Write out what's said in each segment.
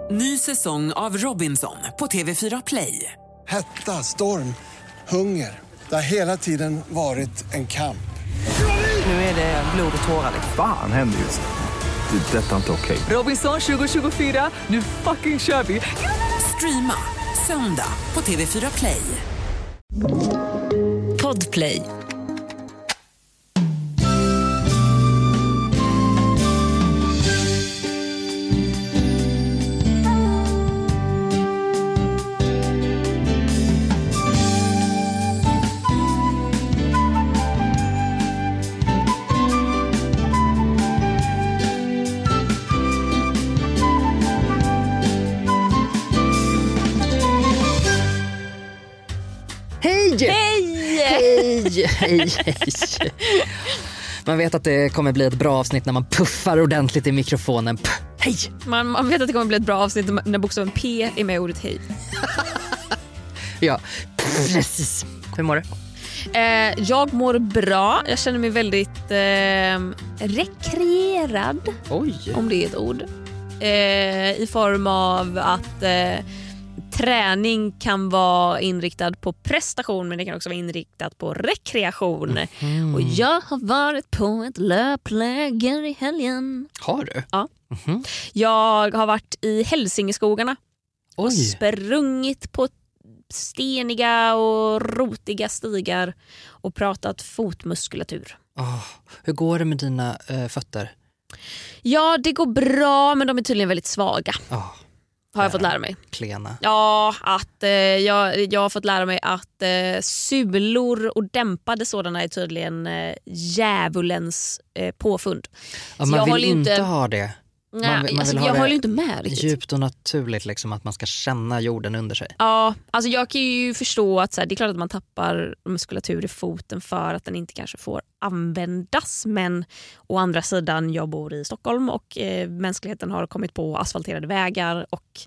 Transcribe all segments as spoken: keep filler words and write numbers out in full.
Ny säsong av Robinson på T V fyra Play. Hetta, storm, hunger. Det har hela tiden varit en kamp. Nu är det blod och tårar. Fan händer just det. Det är detta inte okej. Robinson tjugo tjugofyra, nu fucking kör vi. Streama söndag på T V fyra Play. Podplay. Hej! Hej! Hej! Hej! Man vet att det kommer bli ett bra avsnitt när man puffar ordentligt i mikrofonen. P- hej! Man, man vet att det kommer bli ett bra avsnitt när bokstaven P är med i ordet hej. Ja, precis. Hur mår du? Eh, jag mår bra. Jag känner mig väldigt eh, rekreerad. Oj! Om det är ett ord. Eh, I form av att... Eh, träning kan vara inriktad på prestation, men det kan också vara inriktat på rekreation. Mm. Och jag har varit på ett löpläger i helgen. Har du? Ja. Mm. Jag har varit i Hälsingeskogarna. Oj. Och sprungit på steniga och rotiga stigar och pratat fotmuskulatur. Oh, hur går det med dina äh, fötter? Ja, det går bra, men de är tydligen väldigt svaga. Oh. Har jag fått lära mig. Klena. Ja, att eh, jag, jag har fått lära mig att eh, sulor och dämpade sådana är tydligen eh, djävulens eh, påfund. Ja, man jag vill inte inte ha det. Man, Nej, man vill alltså, ha jag det håller ju inte med riktigt. Djupt och naturligt liksom, att man ska känna jorden under sig. Ja, alltså jag kan ju förstå att så här, det är klart att man tappar muskulatur i foten för att den inte kanske får användas, men å andra sidan, jag bor i Stockholm och eh, mänskligheten har kommit på asfalterade vägar och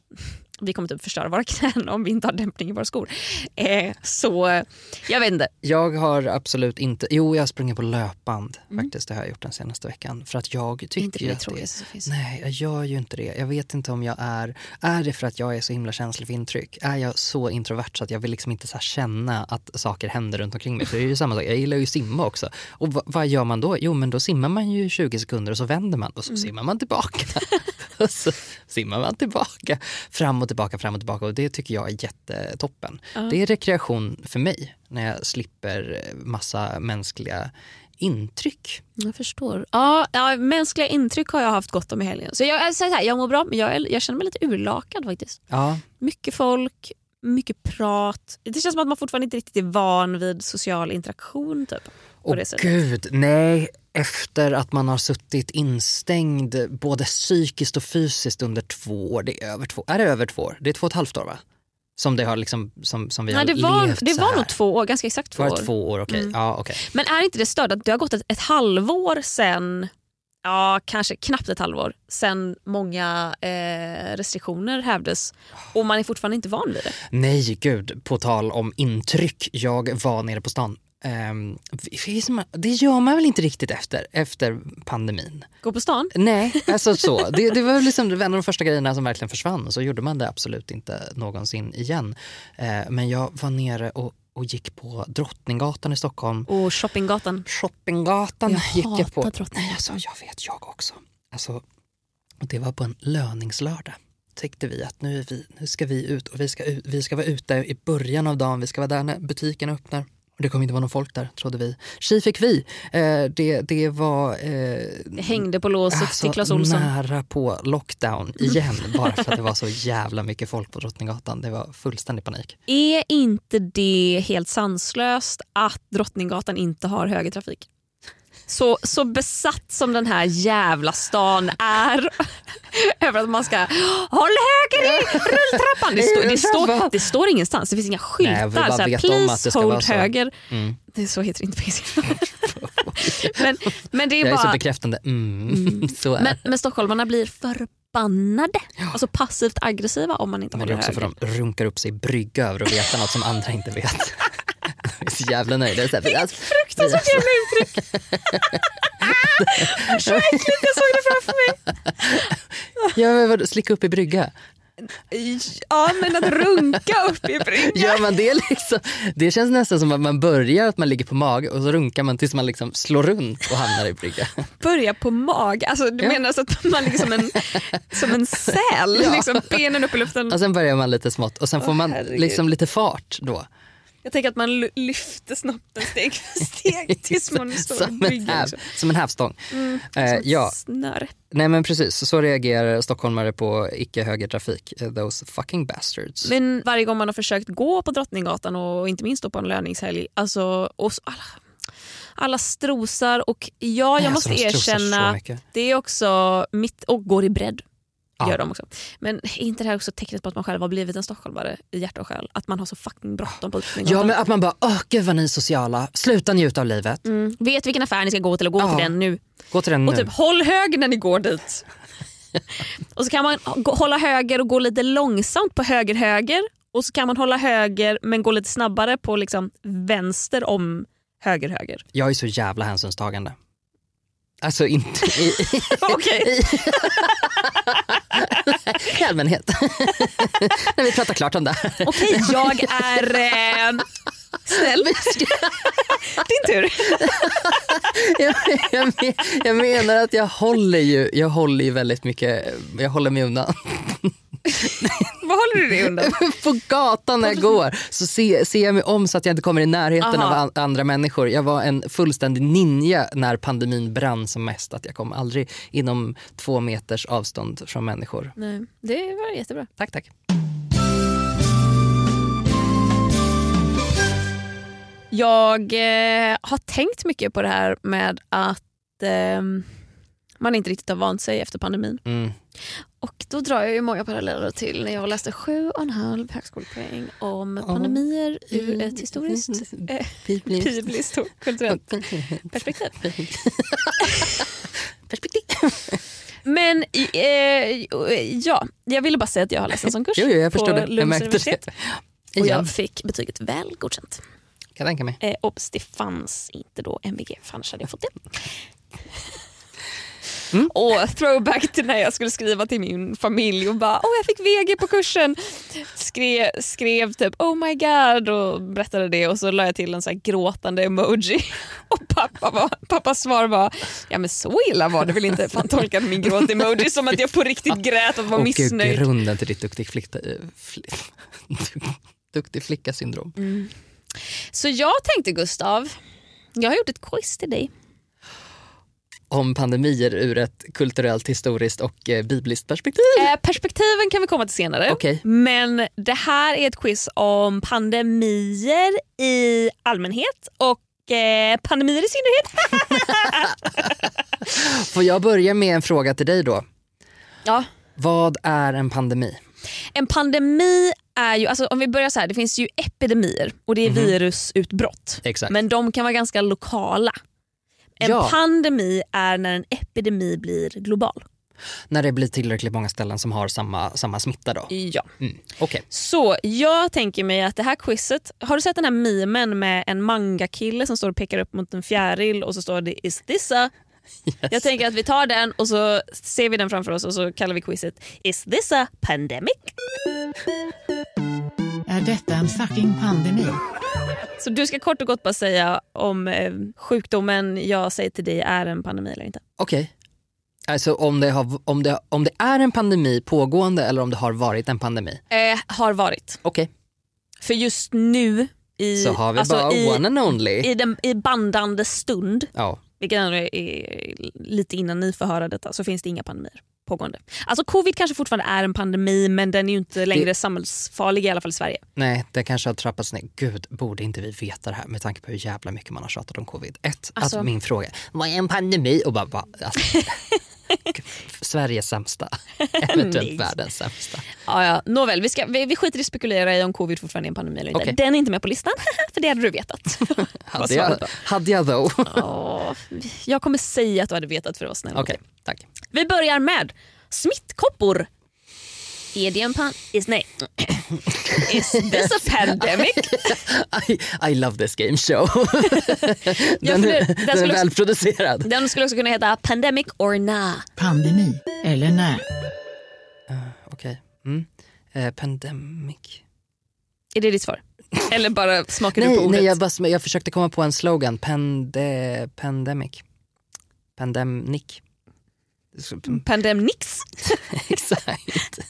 vi kommer typ förstöra våra knän om vi inte har dämpning i våra skor. Eh, så jag vet inte. Jag har absolut inte... Jo, jag springer på löpband Mm. faktiskt. Det har jag gjort den senaste veckan. För att jag tycker inte det att tråkigt som finns. Nej, jag gör ju inte det. Jag vet inte om jag är... Är det för att jag är så himla känslig för intryck? Är jag så introvert så att jag vill liksom inte så här känna att saker händer runt omkring mig? För det är ju samma sak. Jag gillar ju simma också. Och v- vad gör man då? Jo, men då simmar man ju tjugo sekunder och så vänder man. Och så mm. simmar man tillbaka. Och så simmar man tillbaka. Fram och tillbaka, fram och tillbaka. Och det tycker jag är jättetoppen. Uh. Det är rekreation för mig när jag slipper massa mänskliga intryck. Jag förstår. Ja, ja, mänskliga intryck har jag haft gott om i helgen. Så jag, så här, jag mår bra, men jag, jag känner mig lite urlakad faktiskt. Ja. Mycket folk, mycket prat. Det känns som att man fortfarande inte riktigt är van vid social interaktion typ. Åh gud, nej. Efter att man har suttit instängd både psykiskt och fysiskt under två år. Det är över två, är det över två år? Det är två och ett halvt år, va? Som det har liksom, som, som vi Nej, har det var, levt det så var här. nog två år, ganska exakt två var år. det två år, okej. Okay. Mm. Ja, okay. Men är inte det stört att det har gått ett, ett halvår sen, ja kanske knappt ett halvår, sen många eh, restriktioner hävdes och man är fortfarande inte van vid det? Nej, gud, på tal om intryck. Jag var nere på stan. Um, det gör man väl inte riktigt efter efter pandemin. Gå på stan? Nej, alltså så. Det, det var liksom en av de första grejerna som verkligen försvann, och så gjorde man det absolut inte någonsin igen. Uh, men jag var nere och, och gick på Drottninggatan i Stockholm. Och Shoppinggatan. Shoppinggatan jag gick jag på. Nej, alltså, jag vet, jag också. Alltså, det var på en löningslördag. Tyckte vi att nu, är vi, nu ska vi ut och vi ska, ut, vi ska vara ute i början av dagen. Vi ska vara där när butiken öppnar. Och det kommer inte vara någon folk där, trodde vi. Tji fick vi. Eh, det, det var... Eh, det hängde på låset alltså, till Clas Ohlson. Nära på lockdown igen. Bara för att det var så jävla mycket folk på Drottninggatan. Det var fullständig panik. Är inte det helt sanslöst att Drottninggatan inte har högertrafik? Så, så besatt som den här jävla stan är över att man ska håll höger i rulltrappan. Det, stå, det, står, det står ingenstans. Det finns inga skyltar. Nej, så här, please hold höger. Mm. Det är så heter det inte på men, men det är jag bara... är så bekräftande. Mm. Mm. Så är. Men, men stockholmarna blir förbannade. Ja. Alltså passivt aggressiva om man inte men håller höger. Men det är också för de runkar upp sig i brygga över att veta något som andra inte vet. Jag är så jävla nöjd. Det är, så här, det är ett fruktansvärt jävla uttryck. Vad så äckligt, jag såg det framför mig. Ja, men vad, slicka upp i brygga. Ja, men att runka upp i brygga. Ja, men det, är liksom, det känns nästan som att man börjar att man ligger på mag och så runkar man tills man liksom slår runt och hamnar i brygga. Börja på mag? Alltså du ja. menar så att man ligger som en, som en säl, ja. liksom benen upp i luften. Och sen börjar man lite smått och sen får Åh, man herregud. liksom lite fart då. Jag tänker att man lyfter snoppen steg för steg tills man står i som, en brygga. häv, Liksom. som en hävstång. Mm, eh, som ja. snöre. Nej men precis, så reagerar stockholmare på icke-högertrafik. Those fucking bastards. Men varje gång man har försökt gå på Drottninggatan och inte minst då på en löningshelg, alltså, och så, alla, alla strosar och ja, jag Nej, måste alltså, de strosar erkänna så mycket. det är också mitt, och går i bredd. Ja. Gör de också. Men är inte det här också tecknet på att man själv har blivit en stockholmare i hjärta och själ? Att man har så fucking bråttom på Drottninggatan. Ja, men att man bara, åh gud vad ni är sociala. Sluta njuta av livet. Mm. Vet vilken affär ni ska gå till och gå Ja. till den nu. Gå till den Och nu. typ håll höger när ni går dit. Och så kan man gå, hålla höger och gå lite långsamt på höger höger. Och så kan man hålla höger men gå lite snabbare på liksom vänster om höger höger. Jag är så jävla hänsynstagande. Alltså inte i, i, Okej. i, i allmänhet. När vi pratar klart om det. Okej, jag är eh, snäll. Din tur. jag, jag, men- jag menar att jag håller ju jag håller ju väldigt mycket. Jag håller mig undan. Vad håller du dig undan? På gatan när jag går så ser, ser jag mig om så att jag inte kommer i närheten Aha. av an, andra människor. Jag var en fullständig ninja när pandemin brann som mest. Att jag kom aldrig inom två meters avstånd från människor. Nej, det var jättebra. Tack, tack. Jag eh, har tänkt mycket på det här med att eh, man inte riktigt har vant sig efter pandemin. Mm. Och då drar jag ju många paralleller till när jag läste sju och en halv högskolepoäng om pandemier ur ett historiskt, eh, bibliskt och kulturellt perspektiv. Perspektiv. Men eh, ja, jag ville bara säga att jag har läst en sån kurs Jo, jo, jag på förstår det. Jag Lunds märkte universitet. det. Och Igen. jag fick betyget väl godkänt. Kan jag tänka mig. Eh, obs, det fanns inte då M V G, för annars hade jag fått det. Mm. Och throwback till när jag skulle skriva till min familj och bara, åh jag fick V G på kursen. Skrev, skrev typ, oh my god, och berättade det och så la jag till en så här gråtande emoji. Och pappa var, pappas svar var, ja men så illa var det väl inte. Fan, tolkade min gråt-emoji som att jag på riktigt grät och var Och missnöjd. grunden till ditt duktig flicka, fl, duktig flicka-syndrom. Mm. Så jag tänkte, Gustav, jag har gjort ett quiz till dig. Om pandemier ur ett kulturellt, historiskt och eh, bibliskt perspektiv. Eh, perspektiven kan vi komma till senare. Okej. Men det här är ett quiz om pandemier i allmänhet och eh, pandemier i synnerhet. Får jag börja med en fråga till dig då? Ja. Vad är en pandemi? En pandemi är ju, alltså om vi börjar så här, det finns ju epidemier och det är Mhm. virusutbrott. Exakt. Men de kan vara ganska lokala. En Ja. pandemi är när en epidemi blir global. När det blir tillräckligt många ställen som har samma, samma smitta då? Ja. Mm. Okej. Så jag tänker mig att det här quizet, har du sett den här memen med en manga-kille som står och pekar upp mot en fjäril och så står det is this a... Yes. Jag tänker att vi tar den och så ser vi den framför oss och så kallar vi quizet is this a pandemic? Är detta en fucking pandemi? Så du ska kort och gott bara säga om eh, sjukdomen jag säger till dig är en pandemi eller inte. Okej. Alltså om det, har, om, det, om det är en pandemi pågående eller om det har varit en pandemi? Eh, har varit. Okej. För just nu i, Så har vi alltså bara i, one and only. i, den, i bandande stund, Ja. vilket ändå är, är lite innan ni får höra detta, så finns det inga pandemier pågående. Alltså covid kanske fortfarande är en pandemi, men den är ju inte längre Det- samhällsfarlig i alla fall i Sverige. Nej, det kanske har trappats ner. Gud, borde inte vi veta det här med tanke på hur jävla mycket man har tjatat om covid? Ett, alltså, Alltså- min fråga, vad är en pandemi? Och bara, bara alltså, Gud, Sveriges sämsta, eventuellt Nej. världens sämsta. Ja, ja. Nåväl, vi, ska, vi, vi skiter i att spekulera i om covid fortfarande är en pandemi eller inte. Okej. Den är inte med på listan, för det hade du vetat. Vad Hade svaret jag, då? hade jag då? Åh, jag kommer säga att du hade vetat för oss. Okej, tack. Vi börjar med smittkoppor. Är det en pan... Is, nej. Is this a pandemic? I, I love this game show. Ja, den, det, den, den är välproducerad. Den skulle också kunna heta Pandemic or Nah. Pandemi eller nej. Uh, Okej. Okay. Mm. Uh, pandemic. Är det ditt svar? Eller bara smakar nej, du på ordet? Nej, jag, bara, jag försökte komma på en slogan. Pande, pandemic. Pandemic. Pandemnix. Exakt.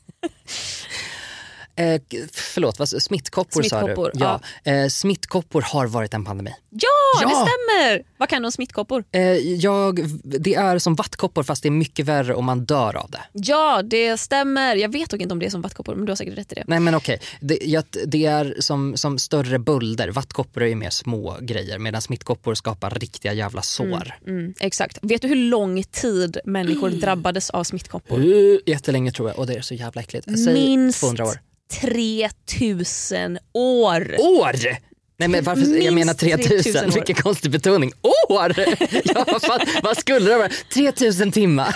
eh, förlåt, vad, smittkoppor, smittkoppor sa du? Ja. ja. Eh, smittkoppor har varit en pandemi. Ja, ja, det stämmer! Vad kan de smittkoppor? Eh, jag, det är som vattkoppor fast det är mycket värre om man dör av det. Ja, det stämmer. Jag vet dock inte om det är som vattkoppor, men du har säkert rätt i det. Nej, men okej. Det, ja, det är som, som större bulder. Vattkoppor är ju mer små grejer medan smittkoppor skapar riktiga jävla sår. Mm, mm, exakt. Vet du hur lång tid människor mm. drabbades av smittkoppor? Uh, jättelänge tror jag, och det är så jävla äckligt. Säg minst tvåhundra år. tre tusen år. År? Nej, men varför, jag menar tre tusen, vilken konstig betoning. År! Ja, vad, fan, vad skulle det vara? tre tusen timmar.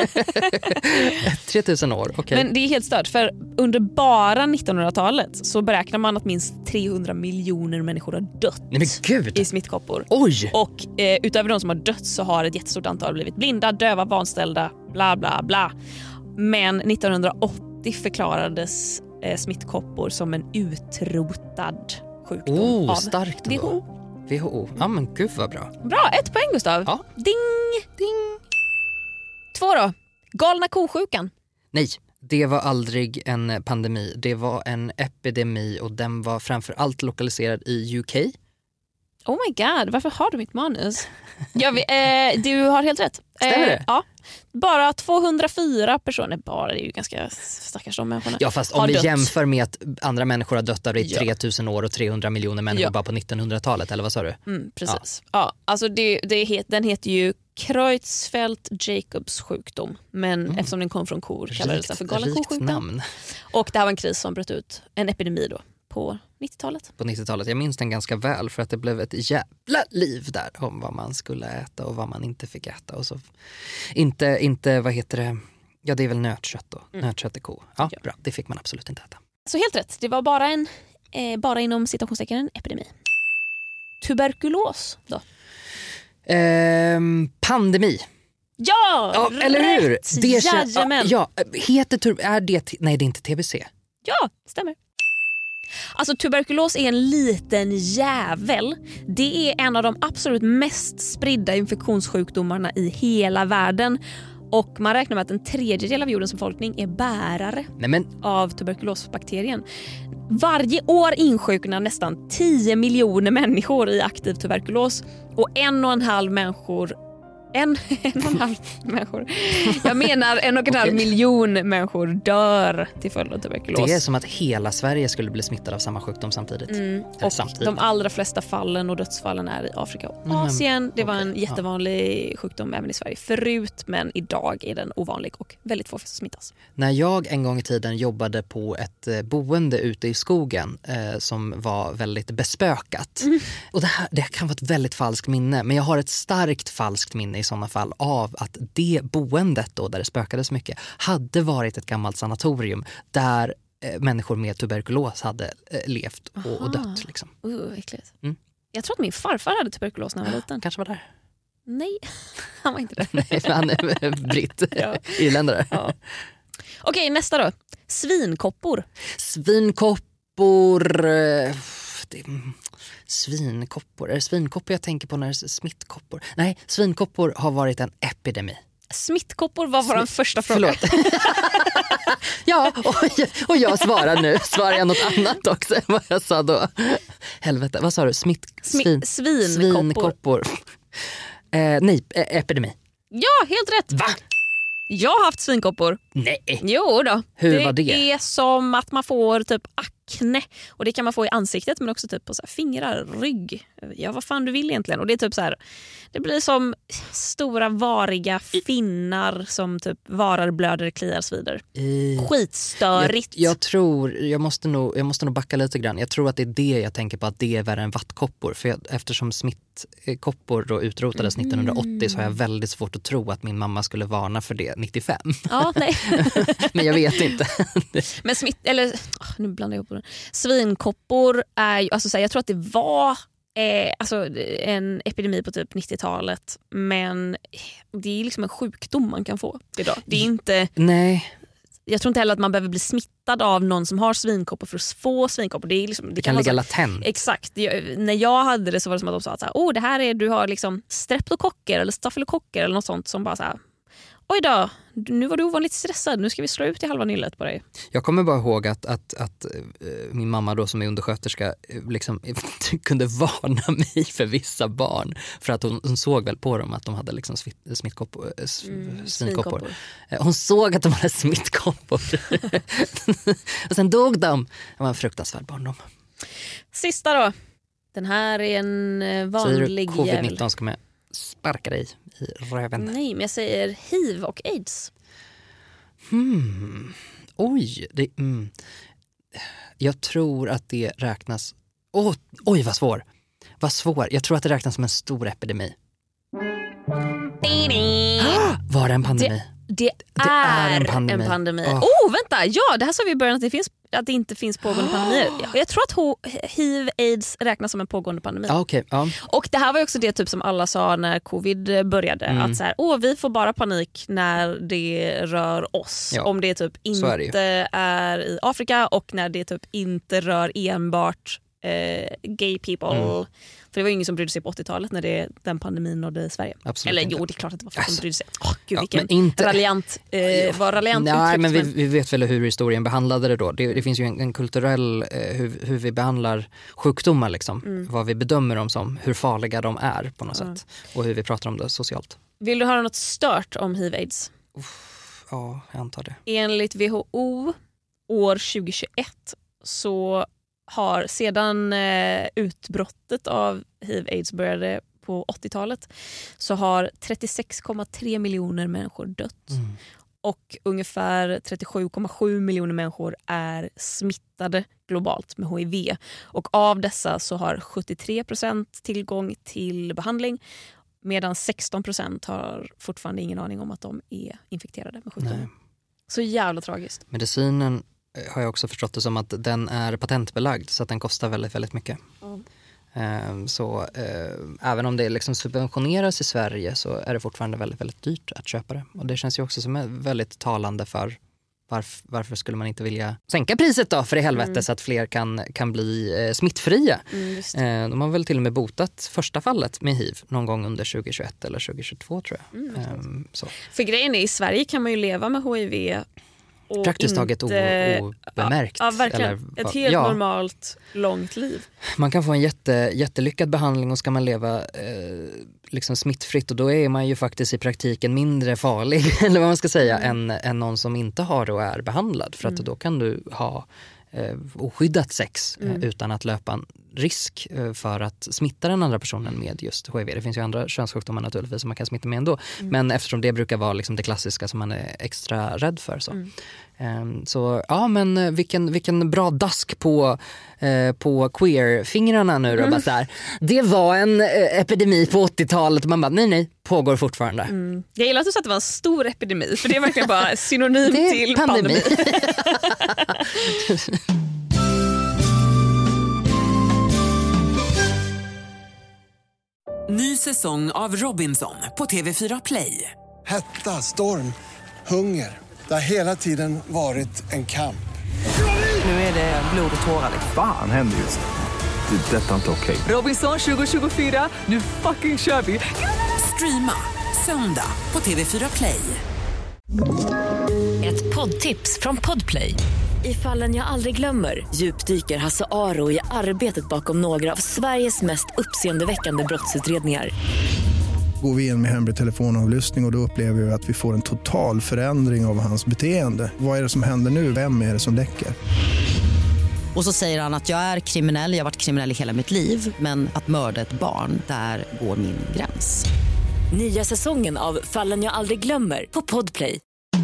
tre tusen år, okej. Okay. Men det är helt stört, för under bara nittonhundratalet så beräknar man att minst trehundra miljoner människor har dött. Nej, men Gud. I smittkoppor. Oj! Och eh, utöver de som har dött så har ett jättestort antal blivit blinda, döva, vanställda, bla bla bla. Men nittonhundraåttio förklarades eh, smittkoppor som en utrotad sjukdom oh, av starkt W H O. W H O. Ja, men gud vad bra. Bra, ett poäng Gustav. Ja. Ding! Ding! Två då. Galna kosjukan. Nej, det var aldrig en pandemi. Det var en epidemi och den var framför allt lokaliserad i U K. Oh my god, varför har du mitt manus? Ja, vi, eh, du har helt rätt. Stämmer det? Eh, ja. Bara tvåhundrafyra personer, bara det är ju ganska stackars de människorna. Ja, fast om vi dött. jämför med att andra människor har dött av det i Ja. tre tusen år och trehundra miljoner människor Ja. bara på nittonhundratalet, eller vad sa du? Mm, precis. Ja. Ja, alltså det, det het, den heter ju Creutzfeldt-Jacobs sjukdom, men mm. eftersom den kom från kor kallades den för galna kosjukan. Namn. Och det här var en kris som bröt ut, en epidemi då, på nittiotalet. På nittiotalet. Jag minns den ganska väl för att det blev ett jävla liv där om vad man skulle äta och vad man inte fick äta. Och så inte, inte vad heter det? Ja, det är väl nötkött då. Mm. Nötkött är ko. Ja, ja, bra. Det fick man absolut inte äta. Så helt rätt. Det var bara en, eh, bara inom citationstecken en epidemi. Tuberkulos då? Ehm, pandemi. Ja, ja rätt! Eller hur? Det känns, Jajamän. ja, heter tur, är det, nej, det är inte T B C. Ja, stämmer. Alltså tuberkulos är en liten jävel. Det är en av de absolut mest spridda infektionssjukdomarna i hela världen. Och man räknar med att en tredjedel av jordens befolkning är bärare Nej, men... av tuberkulosbakterien. Varje år insjuknar nästan tio miljoner människor i aktiv tuberkulos. Och en och en halv människor En, en och en halv människor. Jag menar en och en halv okay. miljon människor dör till följd av tuberkulos. Det är som att hela Sverige skulle bli smittad av samma sjukdom samtidigt. Mm. Och samtidigt. De allra flesta fallen och dödsfallen är i Afrika och Asien. Mm, det var okay. en jättevanlig ja. sjukdom även i Sverige förut, men idag är den ovanlig och väldigt få smittas. När jag en gång i tiden jobbade på ett eh, boende ute i skogen eh, som var väldigt bespökat. Mm. Och det här det kan vara ett väldigt falskt minne, men jag har ett starkt falskt minne i sådana fall av att det boendet då, där det spökade så mycket, hade varit ett gammalt sanatorium där eh, människor med tuberkulos hade eh, levt och, och dött. Liksom. Uh, äckligt. Mm. Jag tror att min farfar hade tuberkulos när han var liten. Kanske var där. Nej, han var inte där. Nej, han är britt. Ja. Irländare. Ja. Okej, nästa då. Svinkoppor. Svinkoppor... Eh, det, Svinkoppor. Är det svinkoppor jag tänker på när det är smittkoppor? Nej, svinkoppor har varit en epidemi. Smittkoppor var vår Smitt... första fråga. Ja, och, och jag svarar nu. Svarar jag något annat också än vad jag sa då? Helvete, vad sa du? Smitt... Svin... Svinkoppor. Svinkoppor. Eh, nej, epidemi. Ja, helt rätt. Va? Jag har haft svinkoppor. Nej. Jo då. Hur det var det? Det är som att man får typ akne. Och det kan man få i ansiktet men också typ på så här fingrar, rygg. Ja, vad fan du vill egentligen. Och det är typ så här, det blir som stora variga finnar som typ varar, blöder, kliar, svider. I... Skitstörigt. Jag, jag tror, jag måste, nog, jag måste nog backa lite grann. Jag tror att det är det jag tänker på, att det är värre än vattkoppor. För jag, eftersom smittkoppor då utrotades mm. nittonhundraåttio så har jag väldigt svårt att tro att min mamma skulle varna för det nittiofem. Ja, nej. Men jag vet inte. Men smitt, eller oh, nu blandar jag ihop det. Svinkoppor är ju, alltså så här, jag tror att det var eh, alltså, en epidemi på typ nittiotalet, men det är liksom en sjukdom man kan få idag. Det är inte... Nej. Jag tror inte heller att man behöver bli smittad av någon som har svinkoppor för att få svinkoppor. Det, är liksom, det, det kan kan ligga alltså, latent. Exakt. Det, när jag hade det så var det som att de sa att så här, oh, det här är, du har liksom streptokocker eller stafylokocker eller något sånt som bara så här, oj då, nu var du ovanligt stressad, nu ska vi slå ut i halva nyllet på dig. Jag kommer bara ihåg att, att, att äh, min mamma då som är undersköterska liksom, kunde varna mig för vissa barn för att hon, hon såg väl på dem att de hade liksom smittkoppor, äh, mm, svinkoppor. Hon såg att de hade smittkoppor. Och sen dog de. Det var en fruktansvärd barndom. Sista då. Den här är en vanlig covid nitton jävel. Ska man sparka dig i röven. Nej, men jag säger hiv och aids. Hmm. Oj, det, mm. jag tror att det räknas... Oh, oj, vad svår. Vad svår. Jag tror att det räknas som en stor epidemi. Var det en pandemi? Det, det, det är, är en pandemi. En pandemi. Oh. oh, vänta. Ja, det här sa vi i början att det, finns, att det inte finns pågående pandemier. Jag tror att hiv, aids räknas som en pågående pandemi. Ah, okay. ah. Och det här var också det typ som alla sa när covid började. Mm. Att så här, åh, vi får bara panik när det rör oss. Ja. Om det typ inte är, är i Afrika och när det typ inte rör enbart eh, gay people. Mm. För det var ju ingen som brydde sig på åttiotalet när det, den pandemin nådde Sverige. Absolut Eller inte. Jo, det är klart att det var folk som brydde sig. Åh, gud, ja, vilken inte... raljant, eh, var raljant Nej, uttryck, men vi, vi vet väl hur historien behandlade det då. Det, det finns ju en, en kulturell eh, hur, hur vi behandlar sjukdomar liksom. Mm. Vad vi bedömer dem som, hur farliga de är på något mm. sätt. Och hur vi pratar om det socialt. Vill du höra något stört om hiv-aids? Uff, ja, jag antar det. Enligt W H O år tjugohundratjugoett så har sedan eh, utbrottet av hiv-aids började på åttiotalet så har trettiosex komma tre miljoner människor dött. Mm. Och ungefär trettiosju komma sju miljoner människor är smittade globalt med H I V. Och av dessa så har sjuttiotre procent tillgång till behandling medan sexton procent har fortfarande ingen aning om att de är infekterade med sjukdomen. Nej. Så jävla tragiskt. Medicinen har jag också förstått det som att den är patentbelagd så att den kostar väldigt, väldigt mycket. Mm. Så äh, även om det liksom subventioneras i Sverige så är det fortfarande väldigt, väldigt dyrt att köpa det. Och det känns ju också som väldigt talande för varför, varför skulle man inte vilja sänka priset då för i helvete mm. så att fler kan, kan bli eh, smittfria. Mm, eh, de har väl till och med botat första fallet med hiv någon gång under tjugohundratjugoett eller tjugohundratjugotvå tror jag. Mm, eh, så. För grejen är, i Sverige kan man ju leva med H I V och praktiskt taget inte, obemärkt. Ja, ja, verkligen. Eller, ett helt ja. normalt, långt liv. Man kan få en jätte, jättelyckad behandling och ska man leva eh, liksom smittfritt och då är man ju faktiskt i praktiken mindre farlig eller vad man ska säga mm. än, än någon som inte har det och är behandlad. För att mm. då kan du ha eh, oskyddat sex eh, mm. utan att löpa en risk eh, för att smitta den andra personen med just H I V. Det finns ju andra könssjukdomar naturligtvis som man kan smitta med ändå. Mm. Men eftersom det brukar vara liksom det klassiska som man är extra rädd för. Så, mm. eh, så ja, men vilken, vilken bra dask på, eh, på queer-fingrarna nu då. Mm. Bara så här, det var en eh, epidemi på åttiotalet och man bara, nej nej, pågår fortfarande. Mm. Jag gillar att du sa att det var en stor epidemi för det är verkligen bara synonym till pandemi. pandemi. Ny säsong av Robinson på T V fyra Play. Hetta, storm, hunger. Det har hela tiden varit en kamp. Nu är det blod och tårar. Fan händer just det. Det är detta inte okej. Okay. Robinson tjugo tjugofyra, nu fucking kör vi. Streama söndag på T V fyra Play. Ett poddtips från Podplay. I Fallen jag aldrig glömmer djupdyker Hasse Aro i arbetet bakom några av Sveriges mest uppseendeväckande brottsutredningar. Går vi in med hemlig telefonavlyssning och, och då upplever vi att vi får en total förändring av hans beteende. Vad är det som händer nu? Vem är det som läcker? Och så säger han att jag är kriminell, jag har varit kriminell i hela mitt liv. Men att mörda ett barn, där går min gräns. Nya säsongen av Fallen jag aldrig glömmer på Podplay.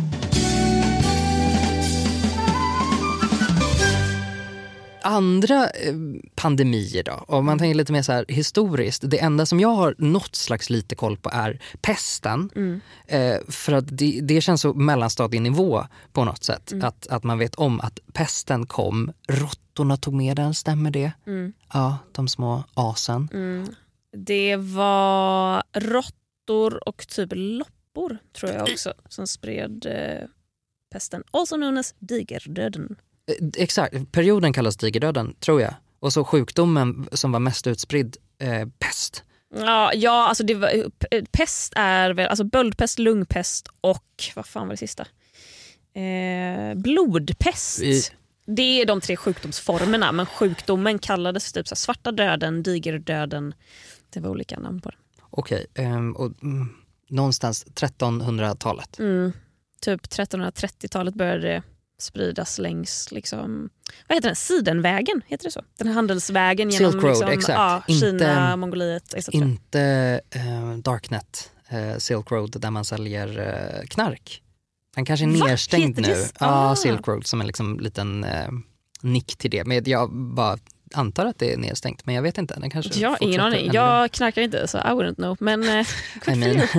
Andra eh, pandemier då, om man tänker lite mer så här historiskt, det enda som jag har något slags lite koll på är pesten. Mm. Eh, för att det, det känns så mellanstadienivå på något sätt. Mm. Att, att man vet om att pesten kom, råttorna tog med den, stämmer det? Mm. Ja, de små asen. Mm. Det var råttor och typ loppor tror jag också som spred eh, pesten. Also known as digerdöden. Exakt, perioden kallas digerdöden tror jag. Och så sjukdomen som var mest utspridd, eh, pest. Ja, ja alltså det var, pest är väl, alltså böldpest, lungpest och vad fan var det sista? Eh, blodpest. I... Det är de tre sjukdomsformerna, men sjukdomen kallades typ så här, svarta döden, digerdöden. Det var olika namn på den. Okej, eh, och mm, någonstans trettonhundratalet. Mm, typ trettonhundratrettiotalet började det spridas längs liksom, vad heter den? Sidenvägen, heter det så? Den här handelsvägen genom Silk Road, liksom, exakt. Ja, Kina, inte, Mongoliet, et cetera. Inte uh, Darknet, uh, Silk Road där man säljer uh, knark. Den kanske är Va? Nedstängd nu. Ja, ah, Silk Road som en liksom liten uh, nick till det. Men jag bara antar att det är nedstängt, men jag vet inte. Den kanske jag har ingen aning. Jag knarkar inte så I wouldn't know. Men uh, good I mean.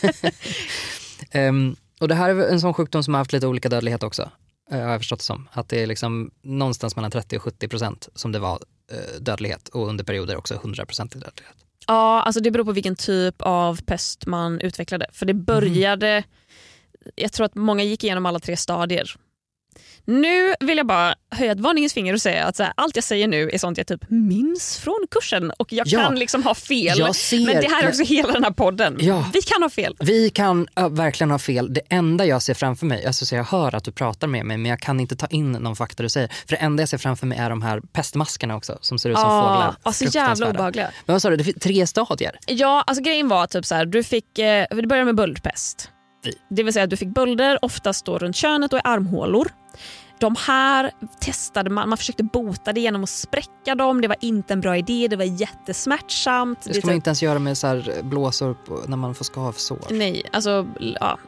um, och det här är en sån sjukdom som har haft lite olika dödlighet också. Jag har förstått det som. Att det är liksom någonstans mellan trettio och sjuttio procent som det var eh, dödlighet. Och under perioder också hundra procent i dödlighet. Ja, alltså det beror på vilken typ av pest man utvecklade. För det började, mm. jag tror att många gick igenom alla tre stadier. Nu vill jag bara höja ett varningens finger och säga att så här, allt jag säger nu är sånt jag typ minns från kursen. Och jag ja, kan liksom ha fel. Ser, men det här är också jag, hela den här podden. Ja, vi kan ha fel. Vi kan uh, verkligen ha fel. Det enda jag ser framför mig, alltså så jag hör att du pratar med mig, men jag kan inte ta in någon fakta du säger. För det enda jag ser framför mig är de här pestmaskerna också, som ser ut som ah, fåglar. Ja, så jävla obehagliga. Men vad sa du, det finns tre stadier? Ja, alltså grejen var typ så här, du fick, eh, det började med böldpest. Det vill säga att du fick bölder, oftast då runt könet och i armhålor. De här testade man, man försökte bota det genom att spräcka dem. Det var inte en bra idé, det var jättesmärtsamt. Det ska man inte ens göra med så här blåsor på, när man får skavsår. Nej, alltså ja.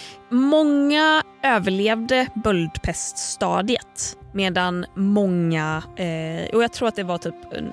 Många överlevde böldpeststadiet medan många, eh, och jag tror att det var typ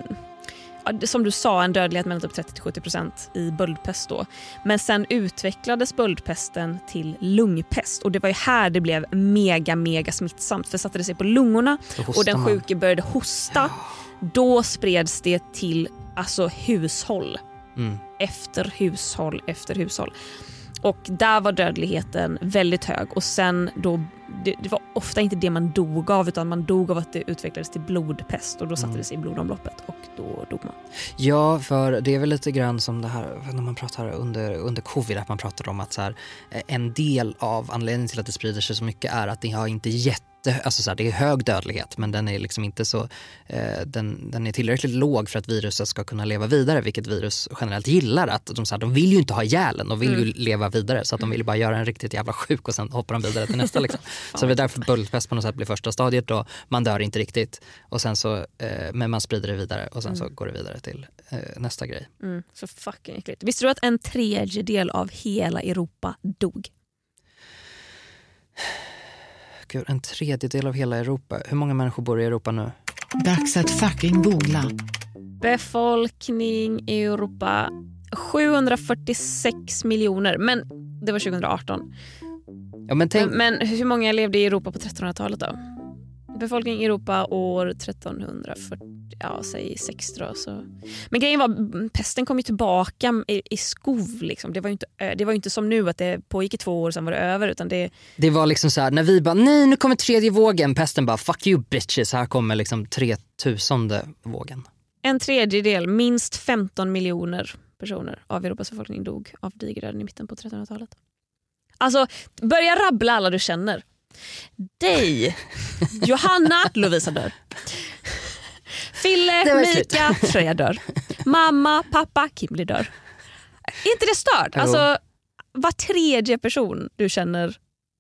som du sa, en dödlighet mellan typ trettio till sjuttio procent i böldpest då. Men sen utvecklades böldpesten till lungpest. Och det var ju här det blev mega, mega smittsamt. För satte det sig på lungorna och den sjuke började hosta. Ja. Då spreds det till alltså hushåll. Mm. Efter hushåll, efter hushåll. Och där var dödligheten väldigt hög. Och sen då, det, det var ofta inte det man dog av, utan man dog av att det utvecklades till blodpest. Och då satte mm. det sig i blodomloppet och då dog man. Ja, för det är väl lite grann som det här när man pratar under, under covid, att man pratar om att så här, en del av anledningen till att det sprider sig så mycket är att det har inte gett Alltså så här, det är hög dödlighet, men den är liksom inte så eh, den, den är tillräckligt låg för att viruset ska kunna leva vidare, vilket virus generellt gillar. Att de, så här, de vill ju inte ha ihjälen, de vill mm. ju leva vidare, så att de vill bara göra en riktigt jävla sjuk och sen hoppar de vidare till nästa liksom. Så det är därför böldpest på något sätt blir första stadiet då. Man dör inte riktigt och sen så, eh, men man sprider det vidare och sen mm. så går det vidare till eh, nästa grej. Mm. Så fucking äckligt. Visste du att en tredjedel av hela Europa dog? Gud, en tredjedel av hela Europa. Hur många människor bor i Europa nu? Dags att fucking googla. Befolkning i Europa sjuhundrafyrtiosex miljoner. Men det var tjugohundraarton. Ja, men, tänk... men, men hur många levde i Europa på trettonhundratalet då? Befolkning i Europa år trettonhundrafyrtio, ja, säg sex då. Så. Men grejen var, pesten kom ju tillbaka i, i skov liksom. Det var ju inte, det var ju inte som nu att det pågick i två år sen var det över, utan det... Det var liksom så här, när vi bara, nej nu kommer tredje vågen, pesten bara, fuck you bitches, här kommer liksom tretusende vågen. En tredjedel, minst femton miljoner personer av Europas befolkning dog av digerdöden i mitten på trettonhundratalet. Alltså, börja rabbla alla du känner. Dig, Johanna, Lovisa dör. Fille, Mika, Freja dör. Mamma, pappa, Kimli dör. Är inte det stört? Alltså, var tredje person du känner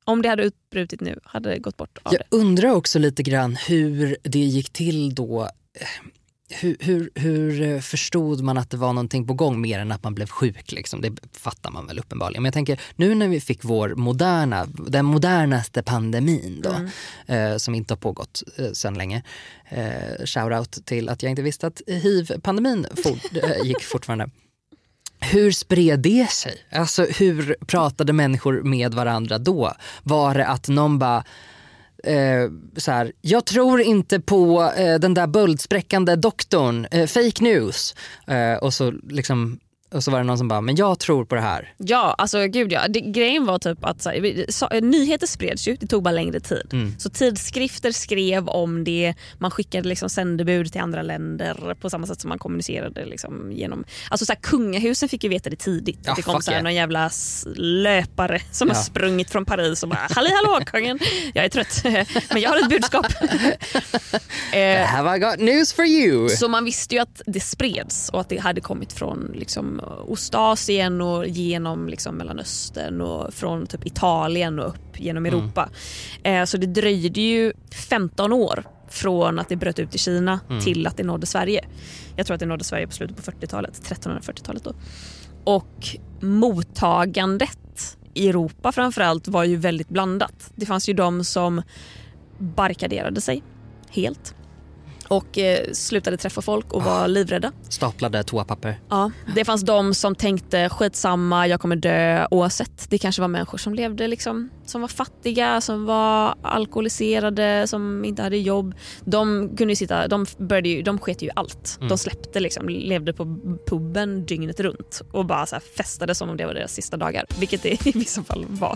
Om det hade utbrutit nu hade det gått bort av Jag det. undrar också lite grann hur det gick till då. Hur, hur, hur förstod man att det var någonting på gång mer än att man blev sjuk? Liksom? Det fattar man väl uppenbarligen. Men jag tänker, nu när vi fick vår moderna, den modernaste pandemin då, mm. eh, som inte har pågått eh, sedan länge. Eh, shoutout till att jag inte visste att H I V-pandemin fort, eh, gick fortfarande. Hur spred det sig? Alltså hur pratade människor med varandra då? Var det att någon bara... Eh, så här, jag tror inte på eh, den där böldspräckande doktorn, eh, fake news, eh, och så liksom, och så var det någon som bara, men jag tror på det här. Ja, alltså gud ja. Det, grejen var typ att så här, så, nyheter spreds ju, det tog bara längre tid. Mm. Så tidskrifter skrev om det, man skickade liksom sändebud till andra länder på samma sätt som man kommunicerade liksom genom, alltså så här, kungahusen fick ju veta det tidigt. Ja, det kom så här, yeah. någon jävla löpare som ja. har sprungit från Paris och bara, halli hallå kungen, jag är trött men jag har ett budskap. eh, Have I got news for you? Så man visste ju att det spreds och att det hade kommit från liksom Ostasien och genom liksom Mellanöstern och från typ Italien och upp genom Europa. Mm. Eh, så det dröjde ju femton år från att det bröt ut i Kina mm. till att det nådde Sverige. Jag tror att det nådde Sverige på slutet på fyrtiotalet, trettonhundrafyrtiotalet då. Och mottagandet i Europa framförallt var ju väldigt blandat. Det fanns ju de som barrikaderade sig helt och eh, slutade träffa folk och var livrädda. Staplade toapapper. Ja, det fanns de som tänkte skitsamma, jag kommer dö oavsett. Det kanske var människor som levde liksom, som var fattiga, som var alkoholiserade, som inte hade jobb. De kunde sitta, de började ju, de sket ju allt. Mm. De släppte liksom, levde på puben dygnet runt och bara så här festade som om det var deras sista dagar, vilket det i vissa fall var.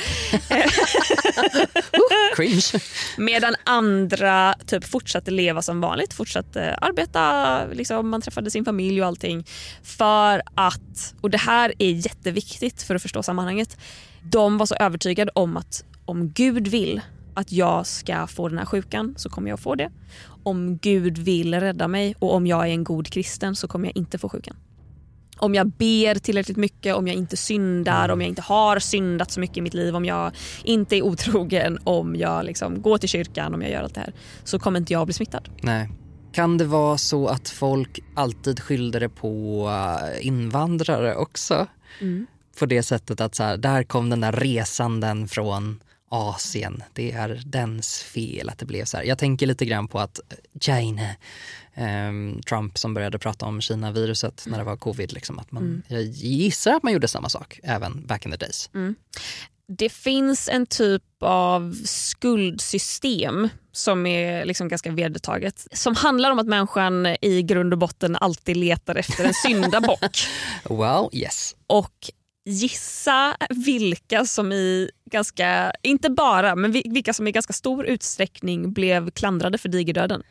Cringe. Medan andra typ fortsatte leva som vanligt, fortsatte arbeta, liksom, man träffade sin familj och allting. För att, och det här är jätteviktigt för att förstå sammanhanget, de var så övertygade om att om Gud vill att jag ska få den här sjukan så kommer jag få det. Om Gud vill rädda mig och om jag är en god kristen så kommer jag inte få sjukan. Om jag ber tillräckligt mycket, om jag inte syndar, om jag inte har syndat så mycket i mitt liv, om jag inte är otrogen, om jag liksom går till kyrkan, om jag gör allt det här, så kommer inte jag bli smittad. Nej. Kan det vara så att folk alltid skyllde det på invandrare också? Mm. På det sättet att så här, där kom den där resanden från Asien. Det är dens fel att det blev så här. Jag tänker lite grann på att China, um, Trump som började prata om Kina-viruset mm. när det var covid. Liksom, att man, mm. Jag gissar att man gjorde samma sak även back in the days. Mm. Det finns en typ av skuldsystem som är liksom ganska vedertaget. Som handlar om att människan i grund och botten alltid letar efter en syndabock. Well, yes. Och gissa vilka som i ganska, inte bara, men vilka som i ganska stor utsträckning blev klandrade för digerdöden.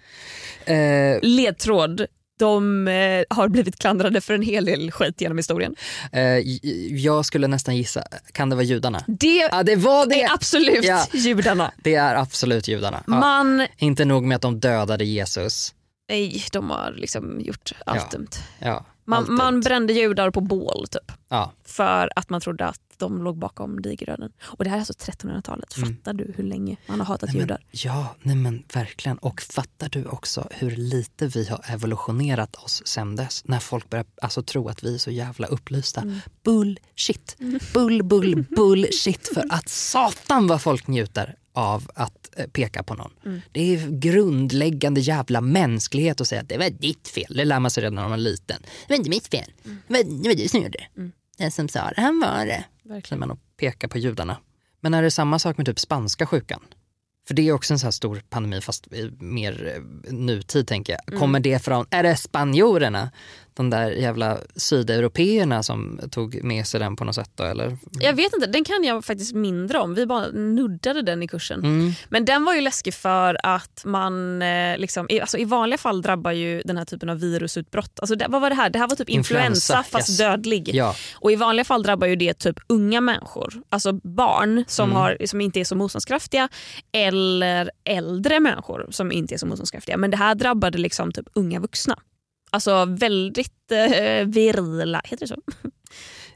Eh. Ledtråd. De eh, har blivit klandrade för en hel del skit genom historien. Eh, jag skulle nästan gissa, kan det vara judarna? Det, ja, det var det. är absolut ja. judarna. Det är absolut judarna. Ja. Man, inte nog med att de dödade Jesus. Nej, de har liksom gjort allt ja. dumt. Ja, man, man brände judar på bål typ. Ja. För att man trodde att de låg bakom digerdöden. Och det här är alltså trettonhundratalet. Fattar mm. du hur länge man har hatat nej, judar? Men, ja, nej men verkligen. Och fattar du också hur lite vi har evolutionerat oss sen dess? När folk börjar alltså, tro att vi är så jävla upplysta. Mm. Bullshit. Mm. Bull, bull, bullshit. För att satan vad folk njuter av att eh, peka på någon. Mm. Det är grundläggande jävla mänsklighet att säga att det var ditt fel. Det lär man sig redan när man var liten. Det var inte mitt fel. Mm. Det, var, det var du som gjorde det. Mm. Den som sa det, han var det. Verkligen. Man att peka på judarna. Men är det samma sak med typ spanska sjukan? För det är också en så här stor pandemi fast i mer nutid tänker jag. Mm. Kommer det från, är det spanjorerna? De där jävla sydeuropeerna som tog med sig den på något sätt då, eller? Jag vet inte, den kan jag faktiskt mindre om. Vi bara nuddade den i kursen. Mm. Men den var ju läskig för att man liksom, alltså i vanliga fall drabbar ju den här typen av virusutbrott. Alltså det, vad var det här? Det här var typ influensa, influensa fast yes. dödlig. Ja. Och i vanliga fall drabbar ju det typ unga människor. Alltså barn som, mm. har, som inte är så motståndskraftiga eller äldre människor som inte är så motståndskraftiga. Men det här drabbade liksom typ unga vuxna. Alltså väldigt eh, virila, heter det så?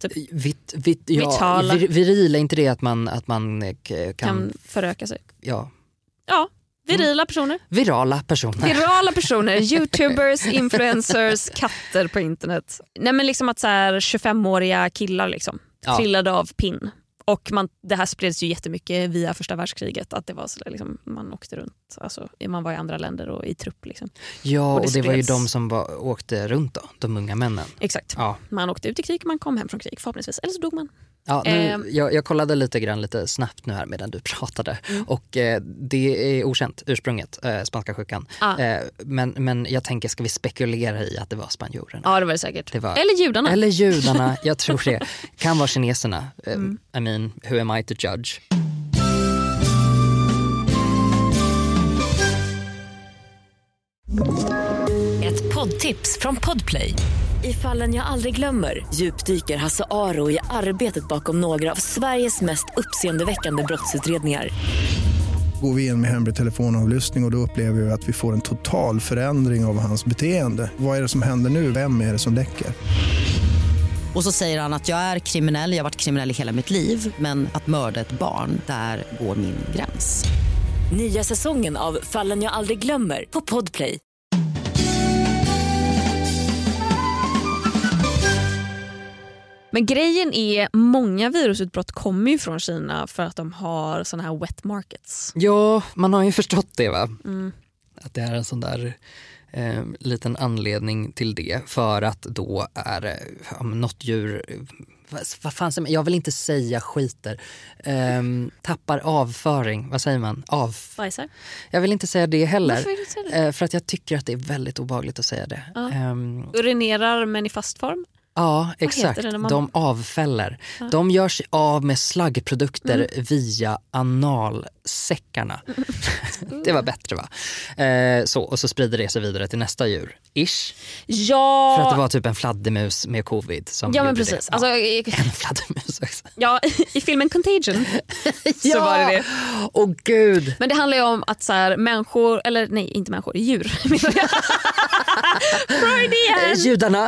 Typ. Vit, vit, ja, Vitala. vir, viril, är inte det att man, att man eh, kan... Kan föröka sig. Ja. Ja, virila personer. Virala personer. Virala personer, youtubers, influencers, katter på internet. Nej men liksom att så här tjugofemåriga killar liksom Ja. trillade av pinn. Och man, det här spreds ju jättemycket via första världskriget, att det var så där, liksom, man åkte runt, alltså, man var i andra länder och i trupp liksom. Ja, och det, och det var ju spreds. de som var, åkte runt då, de unga männen. Exakt, Ja. man åkte ut i krig, man kom hem från krig förhoppningsvis, eller så dog man. Ja, nu, Ehm. jag, jag kollade lite grann lite snabbt nu här medan du pratade Mm. och eh, det är okänt ursprunget, eh, spanska sjukan. Ah. Eh, men, men jag tänker, ska vi spekulera i att det var spanjorerna? Ja, det var det säkert. Det var, eller judarna. Eller judarna, jag tror det. Kan vara kineserna. Eh, Mm. I mean, who am I to judge? Ett poddtips från Podplay. I Fallen jag aldrig glömmer djupdyker Hasse Aro i arbetet bakom några av Sveriges mest uppseendeväckande brottsutredningar. Går vi in med hemlig telefonavlyssning och, och då upplever vi att vi får en total förändring av hans beteende. Vad är det som händer nu? Vem är det som läcker? Och så säger han att jag är kriminell, jag har varit kriminell i hela mitt liv. Men att mörda ett barn, där går min gräns. Nya säsongen av Fallen jag aldrig glömmer på Podplay. Men grejen är, många virusutbrott kommer ju från Kina för att de har såna här wet markets. Ja, man har ju förstått det va? Mm. Att det är en sån där eh, liten anledning till det, för att då är eh, något djur, vad, vad fan som, jag vill inte säga skiter, eh, tappar avföring, vad säger man? Av... Bajsar? Jag vill inte säga det heller. Varför vill du säga det? Eh, för att jag tycker att det är väldigt obehagligt att säga det. Ja. Eh, Urinerar men i fast form? Ja, Vad exakt. heter det när man- De avfäller. Ja. De gör sig av med slaggprodukter Mm. via analsäckarna. Det var bättre va? Eh, så, och så sprider det sig vidare till nästa djur. Ish. Ja, För att det var typ en fladdermus med covid som ja men gjorde precis. det. Alltså, Ja, i, en fladdermus också. ja, i filmen Contagion så Ja! var det det. Åh gud. Men det handlar ju om att så här, människor, eller nej inte människor, djur. menar jag. Eh, Freudian! judarna.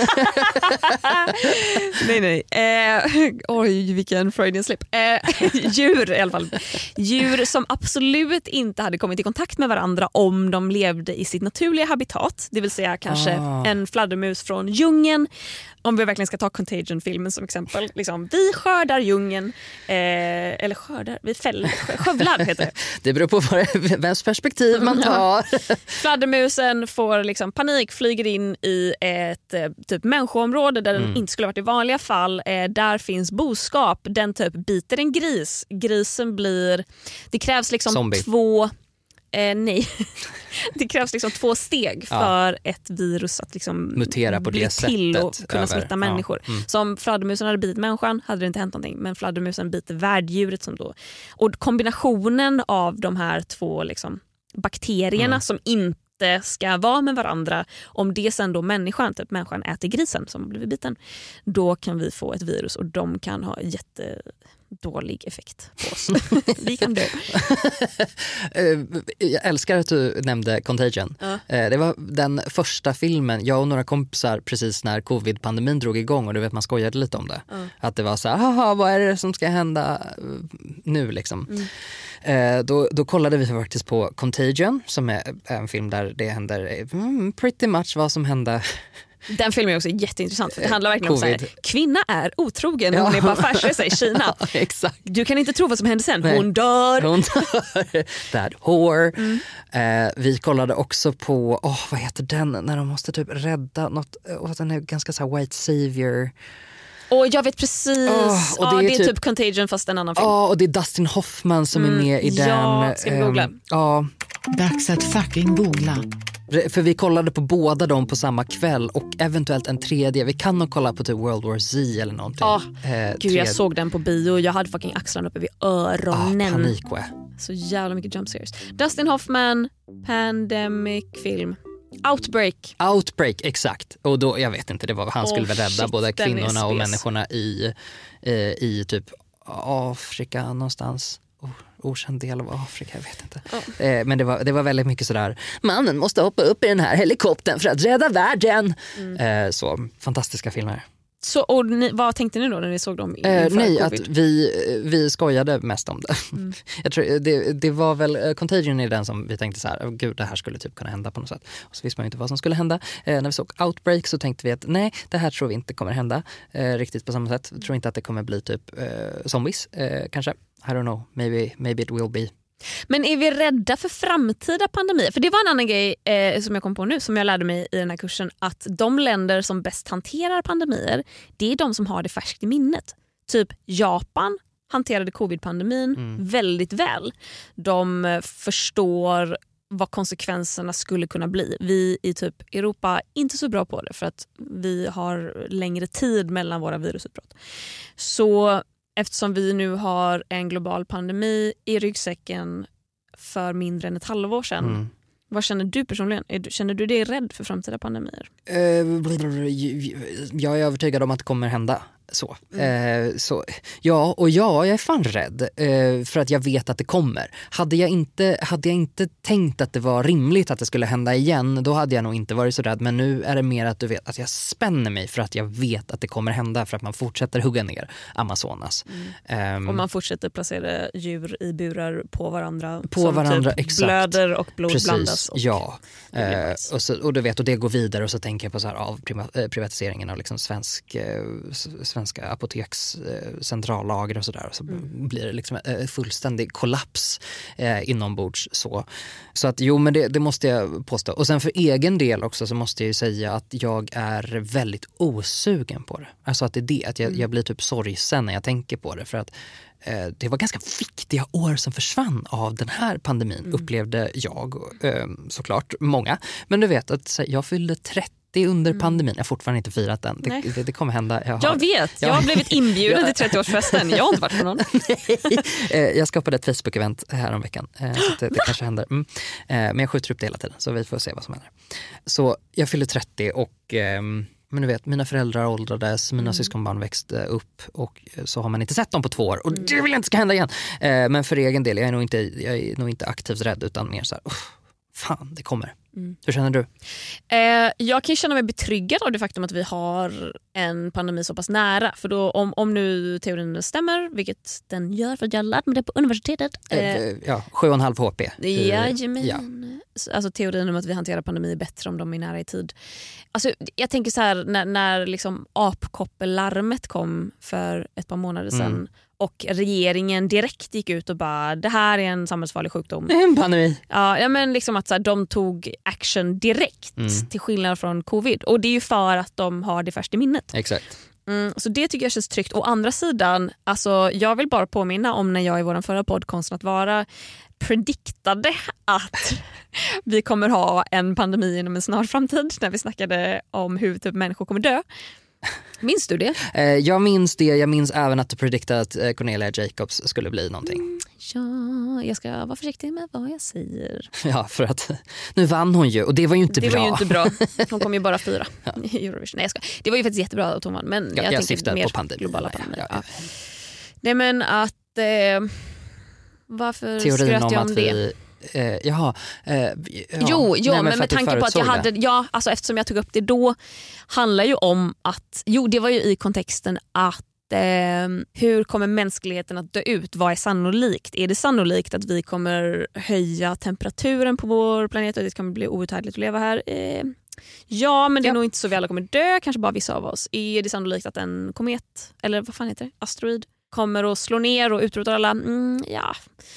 nej nej. Eh, oj vilken Freudian slip. Eh, djur i alla fall. Djur som absolut inte hade kommit i kontakt med varandra om de levde i sitt naturliga habitat. Det vill säga kanske Ah. en fladdermus från djungeln. Om vi verkligen ska ta Contagion-filmen som exempel. Liksom, vi skördar djungeln. Eh, eller skördar, vi fäller, skövlar heter det. Det beror på vad- vems perspektiv man tar. Fladdermusen får liksom panik, flyger in i ett eh, typ människoområde där Mm. den inte skulle ha varit i vanliga fall. Eh, där finns boskap. Den typ biter en gris. Grisen blir... Det krävs liksom Zombie. två... Eh, nej. Det krävs liksom två steg Ja. för ett virus att liksom Mutera på bli det till och sättet kunna över- smitta människor. ja, mm. Så om fladdermusen hade bitit människan hade det inte hänt någonting. Men fladdermusen biter värddjuret som då... Och kombinationen av de här två liksom, bakterierna Mm. som inte ska vara med varandra, om det sen då människan, typ människan äter grisen som har blivit biten, då kan vi få ett virus och de kan ha jättedålig effekt på oss. Vi kan dö. Eh, Jag älskar att du nämnde Contagion. Ja. Eh, Det var den första filmen, jag och några kompisar precis när covid-pandemin drog igång, och du vet man skojade lite om det. Ja. Att det var så här, haha, vad är det som ska hända eh, nu liksom. Mm. Eh, då, då kollade vi faktiskt på Contagion, som är en film där det händer eh, mm, pretty much vad som hände. Den filmen är också jätteintressant för det handlar verkligen om så Covid. här, kvinna är otrogen när Ja. hon är på affärsresa i Kina. Ja, exakt. Du kan inte tro vad som hände sen. Nej. Hon dör. Hon dör. That whore. Eh, vi kollade också på, åh, vad heter den? När de måste typ rädda något, och den är ganska så här white savior. Och jag vet precis. Åh, och ja, det är det är typ- typ Contagion fast en annan film. Ja, och det är Dustin Hoffman som Mm, är med i den. ja, ska vi googla? ehm, ja, Dags att fucking googla. för vi kollade på båda dem på samma kväll, och eventuellt en tredje. Vi kan nog kolla på typ World War Z eller någonting. Ja, Eh, Gud, tredje- jag såg den på bio. Jag hade fucking axlarna uppe vid ah, öronen. panik, va? Så jävla mycket jump scares. Dustin Hoffman, pandemic film. Outbreak. Outbreak, exakt. Och då, jag vet inte, det var, han Åh, skulle väl rädda shit, både den är kvinnorna och spes. människorna i, eh, i typ Afrika någonstans. O- Okänd del av Afrika, jag vet inte. Eh, men det var, det var väldigt mycket sådär, mannen måste hoppa upp i den här helikoptern för att rädda världen. Mm. Eh, så, fantastiska filmer. Så, och ni, vad tänkte ni då när ni såg dem inför eh, Nej, covid? att vi, vi skojade mest om det. Mm. Jag tror, det. Det var väl Contagion i den som vi tänkte så här, oh, gud, det här skulle typ kunna hända på något sätt. Och så visste man ju inte vad som skulle hända. Eh, när vi såg Outbreak så tänkte vi att nej, det här tror vi inte kommer hända eh, riktigt på samma sätt. Jag tror inte att det kommer bli typ eh, zombies, eh, kanske. I don't know, maybe, maybe it will be. Men är vi rädda för framtida pandemier? För det var en annan grej eh, som jag kom på nu, som jag lärde mig i den här kursen, att de länder som bäst hanterar pandemier, det är de som har det färskt i minnet. Typ Japan hanterade covid-pandemin mm. väldigt väl. De förstår vad konsekvenserna skulle kunna bli. Vi i typ Europa är inte så bra på det för att vi har längre tid mellan våra virusutbrott. Så eftersom vi nu har en global pandemi i ryggsäcken för mindre än ett halvår sedan. Mm. Vad känner du personligen? Känner du dig rädd för framtida pandemier? Uh, jag är övertygad om att det kommer hända. Så. Mm. Eh, så. Ja, och ja, jag är fan rädd eh, för att jag vet att det kommer. Hade jag, inte, hade jag inte tänkt att det var rimligt att det skulle hända igen, då hade jag nog inte varit så rädd. Men nu är det mer att du vet att jag spänner mig för att jag vet att det kommer hända, för att man fortsätter hugga ner Amazonas. Mm. Um, och man fortsätter placera djur i burar på varandra på som varandra, typ exakt. blöder och blod Precis, blandas. Och ja. Eh, och, så, och du vet, och det går vidare, och så tänker jag på så här av privatiseringen av liksom svensk eh, svenska apoteks eh, centrallager och sådär, så mm. blir det liksom en fullständig kollaps eh, inombords så. Så att jo, men det, det måste jag påstå. Och sen för egen del också så måste jag ju säga att jag är väldigt osugen på det. Alltså att det är det, att jag, mm. jag blir typ sorgsen när jag tänker på det, för att eh, det var ganska viktiga år som försvann av den här pandemin, mm. upplevde jag eh, såklart, många. Men du vet att jag fyllde trettio under pandemin. Jag har fortfarande inte firat den. Det, det, det kommer hända. Jag, har, jag vet. Jag har blivit inbjuden till trettioårsfesten. Jag har inte varit på någon. Jag skapade ett Facebook-event här om veckan. Så det, det kanske händer. Mm. Men jag skjuter upp det hela tiden, så vi får se vad som händer. Så jag fyllde trettio och men du vet, mina föräldrar åldrades, mina mm. syskonbarn växte upp, och så har man inte sett dem på två år. Och det vill jag inte ska hända igen. Men för egen del, jag är nog inte, jag är nog inte aktivt rädd, utan mer så här, fan, det kommer. Mm. Hur känner du? Eh, jag kan känna mig betryggad av det faktum att vi har en pandemi så pass nära. För då, om, om nu teorin stämmer, vilket den gör för att jag har lärt mig det på universitetet. Eh, ja, sju och en halv H P. Jajamän. Ja. Alltså teorin om att vi hanterar pandemi bättre om de är nära i tid. Alltså, jag tänker så här, när, när liksom apkoppellarmet kom för ett par månader sedan, mm. och regeringen direkt gick ut och bara, det här är en samhällsfarlig sjukdom. En pandemi. Ja, ja men liksom att så här, de tog action direkt, mm. till skillnad från covid. Och det är ju för att de har det först i minnet. Exakt. Mm, så det tycker jag känns tryggt. Å andra sidan, alltså, jag vill bara påminna om när jag i vår förra podd Konsten att vara prediktade att vi kommer ha en pandemi inom en snar framtid, när vi snackade om hur typ människor kommer dö. Minns du det? Eh, jag minns det. Jag minns även att du prediktade att eh, Cornelia Jacobs skulle bli någonting. Mm, ja, jag ska vara försiktig med vad jag säger. Ja, för att nu vann hon ju, och det var ju inte det bra. Det var ju inte bra. Hon kom ju bara fyra i Eurovision. Nej, jag ska. Det var ju faktiskt jättebra att hon vann, men ja, jag, jag syftar mer på pandemi. Globala pandemi. Ja, ja, ja. Nej, men att eh, varför teorin skröt jag om om att det? Vi... Eh, jaha, eh, ja. Jo, jo Nej, men, men med tanke på att jag hade, ja, alltså eftersom jag tog upp det då, handlar ju om att, jo det var ju i kontexten att eh, hur kommer mänskligheten att dö ut? Vad är sannolikt? Är det sannolikt att vi kommer höja temperaturen på vår planet och det kommer bli outhärdligt att leva här? Eh, ja, men det är ja. nog inte så vi alla kommer dö, kanske bara vissa av oss. Är det sannolikt att en komet, eller vad fan heter det, asteroid, kommer att slå ner och utrota alla? Mm, ja...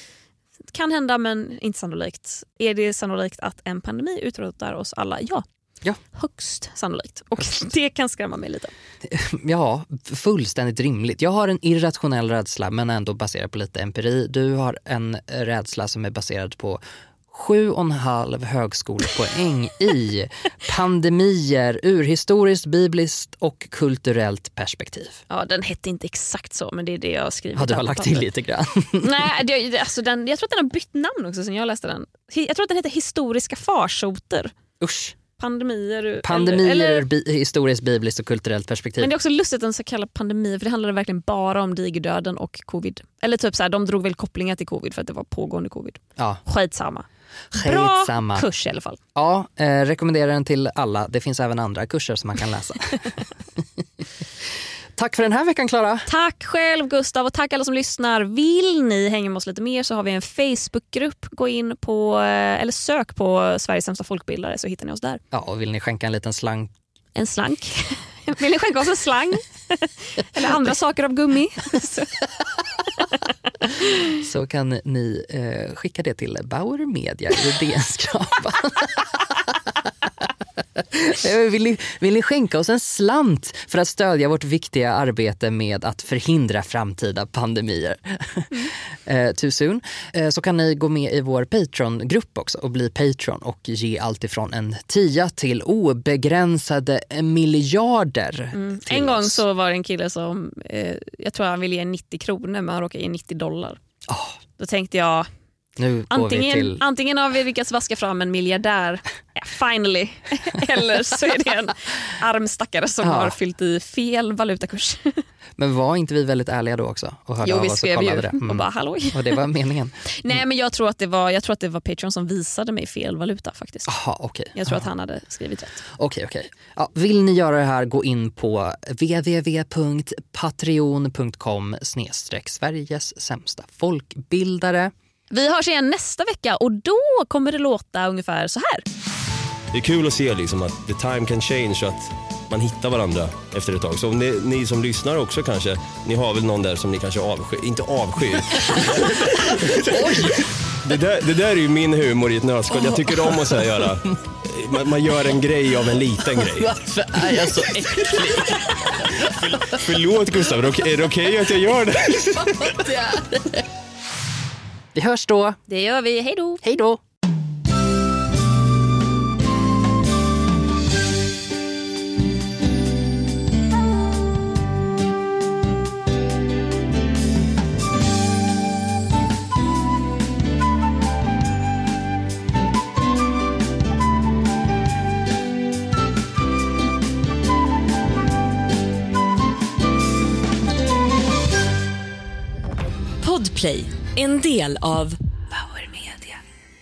Kan hända, men inte sannolikt. Är det sannolikt att en pandemi utrotar oss alla? Ja. Ja. Högst sannolikt. Och det kan skrämma mig lite. Ja, fullständigt rimligt. Jag har en irrationell rädsla, men ändå baserad på lite empiri. Du har en rädsla som är baserad på sju och en halv högskolepoäng i pandemier ur historiskt, bibliskt och kulturellt perspektiv. Ja, den hette inte exakt så, men det är det jag har skrivit. Ja, du har lagt till lite grann. Nej, det, alltså den, jag tror att den har bytt namn också sen jag läste den. Jag tror att den heter historiska farsoter. Usch. Pandemier, Pandemier eller, ur bi- historiskt, bibliskt och kulturellt perspektiv. Men det är också lustigt att den ska kalla pandemi, för det handlade verkligen bara om digerdöden och covid. Eller typ så här, de drog väl kopplingar till covid för att det var pågående covid. Ja. Skitsamma. Skitsamma. Bra kurs i alla fall. Ja, eh, rekommenderar den till alla. Det finns även andra kurser som man kan läsa. Tack för den här veckan, Klara. Tack själv, Gustav, och tack alla som lyssnar. Vill ni hänga med oss lite mer så har vi en Facebookgrupp. Gå in på, eller sök på Sveriges sämsta folkbildare så hittar ni oss där. Ja, och vill ni skänka en liten slang? En slank. Vill ni skänka oss en slang? Eller andra saker av gummi? Så kan ni eh, skicka det till Bauer Media i D N-skrapan. Vill ni, vill ni skänka oss en slant för att stödja vårt viktiga arbete med att förhindra framtida pandemier? Mm. eh, too soon. Eh, så kan ni gå med i vår Patreon-grupp också och bli Patreon och ge allt ifrån en tia till obegränsade miljarder. Mm. En gång oss. så var det en kille som, eh, jag tror han ville ge nittio kronor men han råkade ge nittio dollar. Oh. Då tänkte jag, nu antingen, vi till... antingen har vi lyckats vaska fram en miljardär, yeah, finally, eller så är det en armstackare som ja. har fyllt i fel valutakurs. Men var inte vi väldigt ärliga då också? Och hörde jo, av vi oss skrev och ju det. Mm. och bara halloj. Och det var meningen. Nej, men jag tror att det var, jag tror att det var Patreon som visade mig fel valuta faktiskt. Aha, okay. Jag tror Aha. att han hade skrivit rätt. Okej, okay, okej. Okay. Ja, vill ni göra det här, gå in på w w w punkt patreon punkt com snedstreck Sveriges sämsta folkbildare. Vi hörs igen nästa vecka och då kommer det låta ungefär så här. Det är kul att se liksom att the time can change och att man hittar varandra efter ett tag. Så om ni, ni som lyssnar också kanske, ni har väl någon där som ni kanske avskyr, inte avskyr. det, där, det där är ju min humor i ett nötskal. Jag tycker om att så här göra, man, man gör en grej av en liten grej. Varför är jag så äcklig? För, förlåt Gustav, är det okej okay att jag gör det? Vi hörs då. Det gör vi. Hej då. Hej då. Podplay, en del av Bauer Media.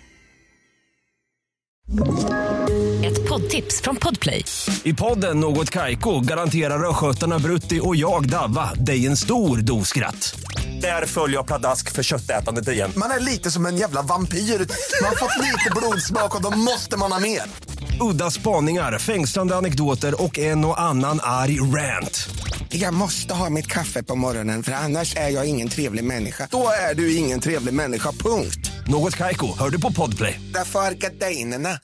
Ett poddtips från Podplay. I podden Något Kaiko garanterar röskötarna Brutti och jag Davva dig en stor doskratt. Där följer jag pladask för köttätandet igen. Man är lite som en jävla vampyr. Man har fått lite blodsmak och då måste man ha mer. Udda spaningar, fängslande anekdoter och en och annan arg rant. Jag måste ha mitt kaffe på morgonen för annars är jag ingen trevlig människa. Då är du ingen trevlig människa, punkt. Något Kaiko, hör du på Podplay. Därför är gardinerna.